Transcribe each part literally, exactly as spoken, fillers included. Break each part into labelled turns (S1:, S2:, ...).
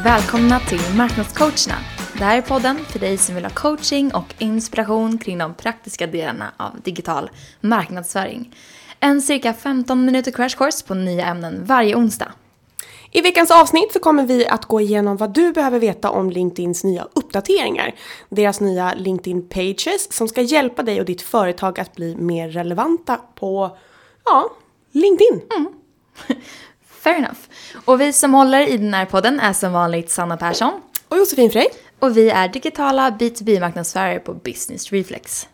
S1: Välkomna till Marknadscoacherna. Det här är podden för dig som vill ha coaching och inspiration kring de praktiska delarna av digital marknadsföring. En cirka femton minuter crash course på nya ämnen varje onsdag.
S2: I veckans avsnitt så kommer vi att gå igenom vad du behöver veta om LinkedIns nya uppdateringar. Deras nya LinkedIn Pages som ska hjälpa dig och ditt företag att bli mer relevanta på, ja, LinkedIn.
S1: Mm. Fair enough. Och vi som håller i den här podden är som vanligt Sanna Persson.
S2: Och Josefin Frey.
S1: Och vi är digitala B två B-marknadsförare på Business Reflex.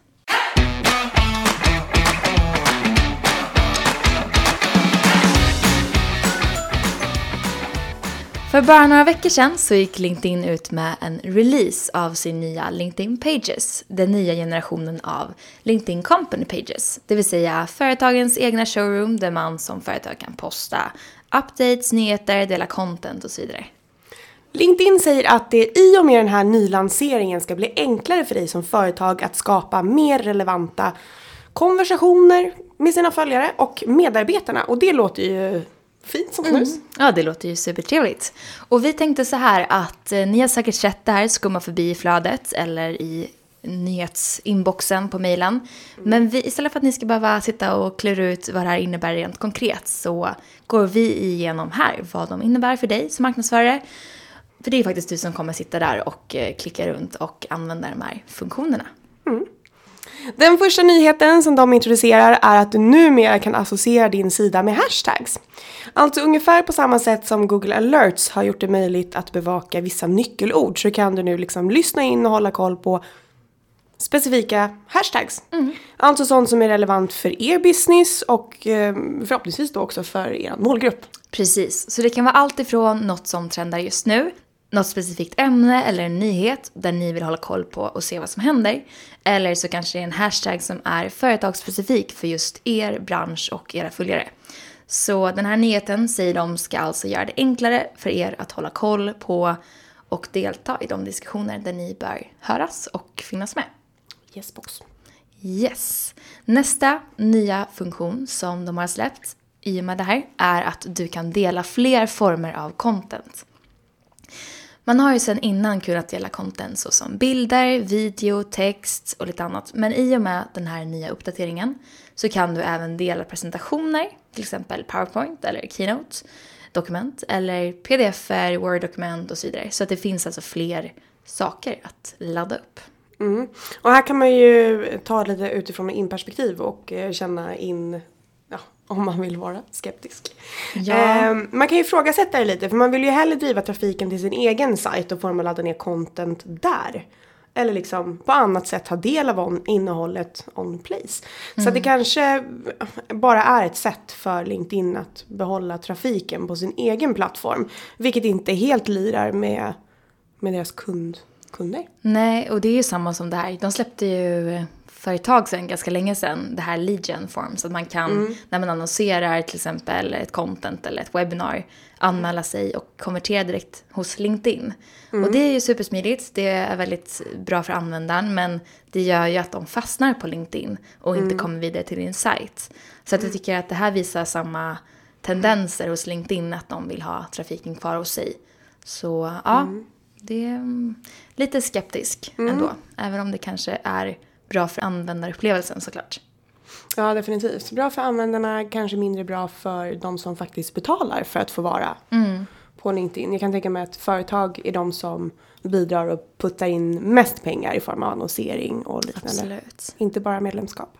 S1: För bara några veckor sedan så gick LinkedIn ut med en release av sin nya LinkedIn Pages. Den nya generationen av LinkedIn Company Pages. Det vill säga företagens egna showroom där man som företag kan posta updates, nyheter, dela content och så vidare.
S2: LinkedIn säger att det i och med den här nylanseringen ska bli enklare för dig som företag att skapa mer relevanta konversationer med sina följare och medarbetarna. Och det låter ju fint som snus. Mm.
S1: Ja, det låter ju supertrevligt. Och vi tänkte så här att eh, ni har säkert sett det här skumma förbi i flödet eller i nyhetsinboxen på mejlen. Mm. Men vi, istället för att ni ska behöva sitta och klura ut vad det här innebär rent konkret så går vi igenom här vad de innebär för dig som marknadsförare. För det är faktiskt du som kommer sitta där och eh, klicka runt och använda de här funktionerna.
S2: Mm. Den första nyheten som de introducerar är att du numera kan associera din sida med hashtags. Alltså ungefär på samma sätt som Google Alerts har gjort det möjligt att bevaka vissa nyckelord så kan du nu liksom lyssna in och hålla koll på specifika hashtags. Mm. Alltså sånt som är relevant för er business och förhoppningsvis då också för er målgrupp.
S1: Precis, så det kan vara allt ifrån något som trendar just nu, något specifikt ämne eller en nyhet där ni vill hålla koll på och se vad som händer. Eller så kanske det är en hashtag som är företagsspecifik för just er bransch och era följare. Så den här nyheten säger de ska alltså göra det enklare för er att hålla koll på och delta i de diskussioner där ni bör höras och finnas med.
S2: Yes, box.
S1: Yes. Nästa nya funktion som de har släppt i och med det här är att du kan dela fler former av content. Man har ju sedan innan kunnat dela content såsom bilder, video, text och lite annat. Men i och med den här nya uppdateringen så kan du även dela presentationer, till exempel PowerPoint eller Keynote, dokument eller P D F-er, Word-dokument och så vidare. Så att det finns alltså fler saker att ladda upp.
S2: Mm. Och här kan man ju ta lite utifrån en in-perspektiv och känna in, ja, om man vill vara skeptisk.
S1: Ja.
S2: Eh, man kan ju ifrågasätta det lite för man vill ju hellre driva trafiken till sin egen sajt och få dem att ladda ner content där. Eller liksom på annat sätt ha del av on- innehållet on place. Mm. Så att det kanske bara är ett sätt för LinkedIn att behålla trafiken på sin egen plattform. Vilket inte helt lirar med, med deras kund, kunder.
S1: Nej, och det är ju samma som det här. De släppte ju för ett tag sedan, ganska länge sedan, det här lead gen form. Så att man kan, mm. när man annonserar till exempel ett content eller ett webbinar, anmäla sig och konvertera direkt hos LinkedIn. Mm. Och det är ju supersmidigt, det är väldigt bra för användaren, men det gör ju att de fastnar på LinkedIn och inte mm. kommer vidare till din sajt. Så att jag tycker att det här visar samma tendenser hos LinkedIn, att de vill ha trafiken kvar hos sig. Så ja, mm. det är lite skeptisk mm. ändå, även om det kanske är bra för användarupplevelsen såklart.
S2: Ja, definitivt. Bra för användarna, kanske mindre bra för de som faktiskt betalar för att få vara mm. på LinkedIn. Jag kan tänka mig att företag är de som bidrar och puttar in mest pengar i form av annonsering och liknande.
S1: Absolut.
S2: Inte bara medlemskap.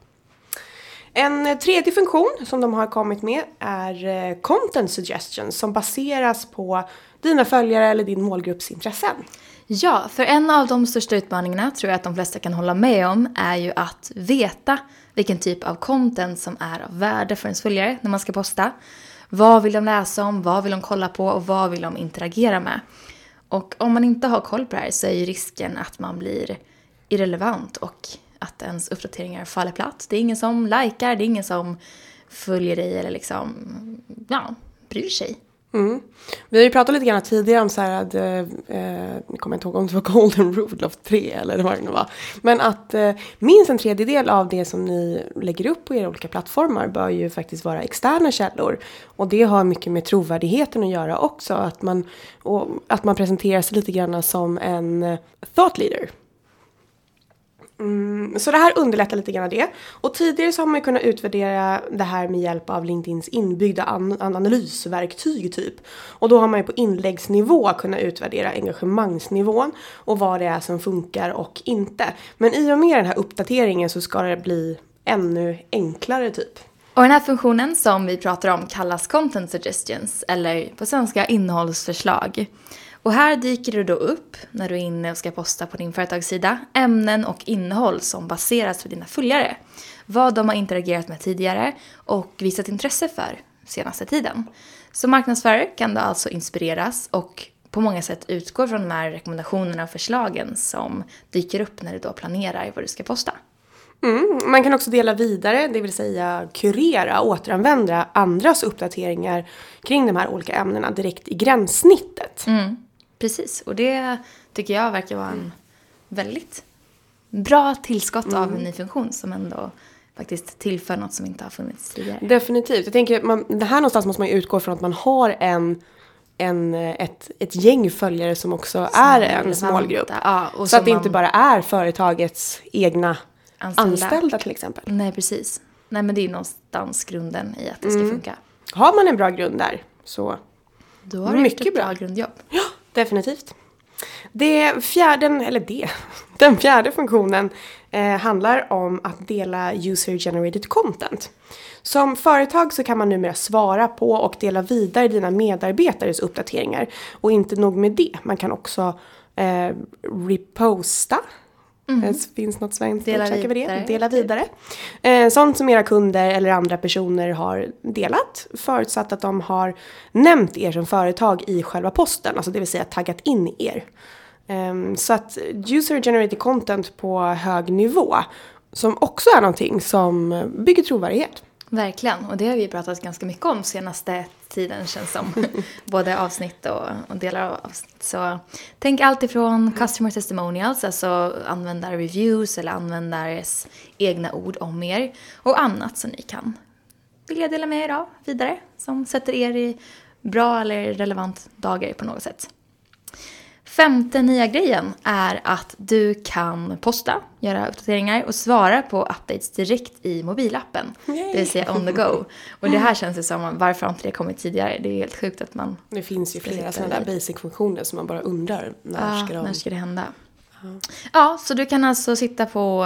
S2: En tredje funktion som de har kommit med är content suggestions som baseras på dina följare eller din målgrupps intressen.
S1: Ja, för en av de största utmaningarna tror jag att de flesta kan hålla med om är ju att veta vilken typ av content som är av värde för ens följare när man ska posta. Vad vill de läsa om, vad vill de kolla på och vad vill de interagera med? Och om man inte har koll på det här så är ju risken att man blir irrelevant och att ens uppdateringar faller platt. Det är ingen som likar, det är ingen som följer dig eller liksom, ja, bryr sig.
S2: Mm. Vi har ju pratat lite grann tidigare om så här att, eh, jag kommer inte ihåg om det var Golden Rule of tre eller vad det nu var. Men att eh, minst en tredjedel av det som ni lägger upp på era olika plattformar bör ju faktiskt vara externa källor. Och det har mycket med trovärdigheten att göra också. Att man, och, att man presenterar sig lite grann som en thought leader. Mm, så det här underlättar lite grann det. Och tidigare så har man ju kunnat utvärdera det här med hjälp av LinkedIns inbyggda an- analysverktyg typ. Och då har man ju på inläggsnivå kunnat utvärdera engagemangsnivån och vad det är som funkar och inte. Men i och med den här uppdateringen så ska det bli ännu enklare typ.
S1: Och den här funktionen som vi pratar om kallas Content Suggestions, eller på svenska innehållsförslag. Och här dyker det då upp, när du är inne och ska posta på din företagssida, ämnen och innehåll som baseras på dina följare. Vad de har interagerat med tidigare och visat intresse för senaste tiden. Som marknadsförare kan du alltså inspireras och på många sätt utgå från de här rekommendationerna och förslagen som dyker upp när du då planerar vad du ska posta.
S2: Mm, man kan också dela vidare, det vill säga kurera, återanvända andras uppdateringar kring de här olika ämnena direkt i gränssnittet.
S1: Mm, precis, och det tycker jag verkar vara en väldigt bra tillskott mm. av en ny funktion som ändå faktiskt tillför något som inte har funnits tidigare.
S2: Definitivt, jag tänker man, det här någonstans måste man ju utgå från att man har en En, ett, ett gäng följare som också som är en målgrupp. Ja, och så att det man... inte bara är företagets egna anställda. anställda till exempel.
S1: Nej, precis. Nej, men det är någonstans grunden i att det ska mm. funka.
S2: Har man en bra grund där så
S1: då har du mycket ett bra. bra grundjobb.
S2: Ja, definitivt. Det fjärde, eller det, den fjärde funktionen eh, handlar om att dela user-generated content. Som företag så kan man numera svara på och dela vidare dina medarbetares uppdateringar. Och inte nog med det, man kan också eh, reposta. Mm. Det finns något svenskt
S1: dela
S2: vidare.
S1: vidare.
S2: Dela vidare. Eh, sånt som era kunder eller andra personer har delat. Förutsatt att de har nämnt er som företag i själva posten. Alltså det vill säga taggat in er. Eh, så att user-generated content på hög nivå. Som också är någonting som bygger trovärdighet.
S1: Verkligen, och det har vi pratat ganska mycket om senaste tiden känns som. Både avsnitt och, och delar av avsnitt. Så tänk allt ifrån customer testimonials, alltså användare reviews eller användares egna ord om er. Och annat som ni kan vilja dela med er av vidare. Som sätter er i bra eller relevant dagar på något sätt. Femte nya grejen är att du kan posta, göra uppdateringar och svara på updates direkt i mobilappen. Yay. Det vill säga on the go. Och det här känns det som, varför har inte det kommit tidigare? Det är helt sjukt att man...
S2: Det finns ju flera sådana där basic-funktioner som man bara undrar när
S1: ja,
S2: ska de...
S1: när ska det hända? Ja. ja, så du kan alltså sitta på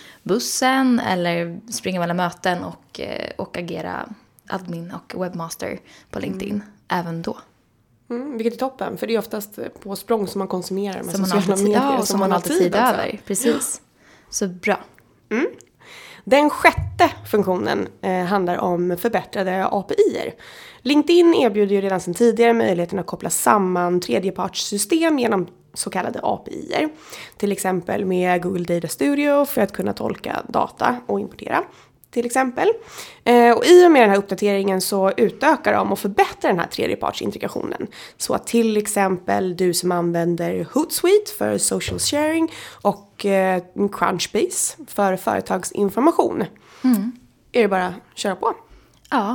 S1: bussen eller springa mellan möten och, och agera admin och webmaster på LinkedIn mm. även då.
S2: Mm, vilket är toppen, för det är oftast på språng som man konsumerar med
S1: som
S2: sociala
S1: man
S2: medier.
S1: Ja, och som man alltid tid över. Precis. Så bra.
S2: Mm. Den sjätte funktionen eh, handlar om förbättrade A P I-er. LinkedIn erbjuder ju redan sedan tidigare möjligheten att koppla samman tredjepartssystem genom så kallade A P I-er. Till exempel med Google Data Studio för att kunna tolka data och importera. Till exempel. Eh, och i och med den här uppdateringen så utökar de och förbättrar den här tredjepartsintegrationen. Så att till exempel du som använder Hootsuite för social sharing och eh, Crunchbase för företagsinformation. Mm. Är det bara att köra på?
S1: Ja,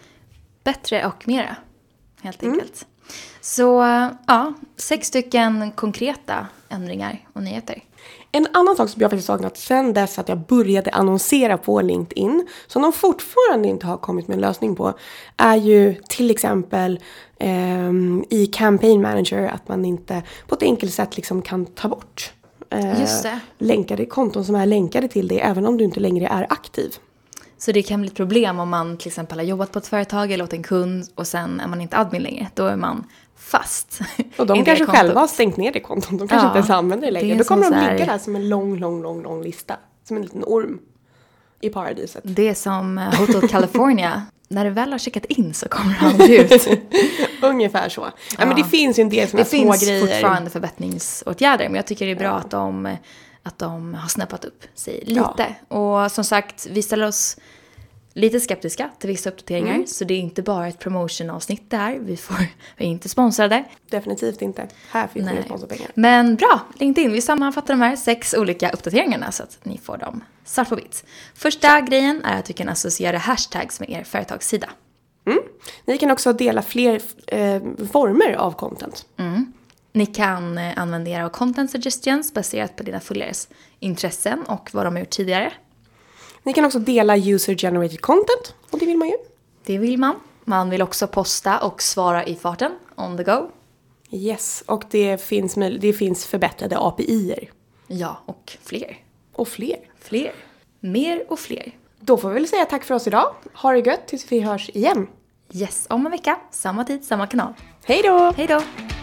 S1: bättre och mera helt enkelt. Mm. Så ja, sex stycken konkreta ändringar och nyheter.
S2: En annan sak som jag faktiskt saknat sen dess att jag började annonsera på LinkedIn, som de fortfarande inte har kommit med en lösning på, är ju till exempel eh, i Campaign Manager att man inte på ett enkelt sätt liksom kan ta bort eh,
S1: Just det.
S2: länkade konton som är länkade till det även om du inte längre är aktiv.
S1: Så det kan bli ett problem om man till exempel har jobbat på ett företag eller åt en kund och sen är man inte admin längre. Då är man fast.
S2: Och de kanske själva har stängt ner det konton. De kanske ja, inte ens använder det längre. Då kommer de ligga här... där som en lång, lång, lång, lång lista. Som en liten orm i paradiset.
S1: Det är som Hotel California. När du väl har checkat in så kommer du aldrig ut.
S2: Ungefär så. Ja. Ja, men det finns ju en del sådana små grejer. Det
S1: finns fortfarande förbättringsåtgärder. Men jag tycker det är bra ja. att, de, att de har snäppat upp sig lite. Ja. Och som sagt, vi ställer oss lite skeptiska till vissa uppdateringar. Mm. Så det är inte bara ett promotion-avsnitt där. Vi, får, vi är inte sponsrade.
S2: Definitivt inte. Här finns inga sponsorpengar.
S1: Men bra, LinkedIn. Vi sammanfattar de här sex olika uppdateringarna så att ni får dem svart på vitt. Första grejen är att du kan associera hashtags med er företagssida.
S2: Mm. Ni kan också dela fler eh, former av content.
S1: Mm. Ni kan eh, använda er av content suggestions baserat på dina följares intressen och vad de har gjort tidigare.
S2: Ni kan också dela user-generated content, och det vill man ju.
S1: Det vill man. Man vill också posta och svara i farten, on the go.
S2: Yes, och det finns, det finns förbättrade A P I-er.
S1: Ja, och fler.
S2: Och fler.
S1: Fler. Mer och fler.
S2: Då får vi väl säga tack för oss idag. Ha det gött tills vi hörs igen.
S1: Yes, om en vecka. Samma tid, samma kanal.
S2: Hej då!
S1: Hej då!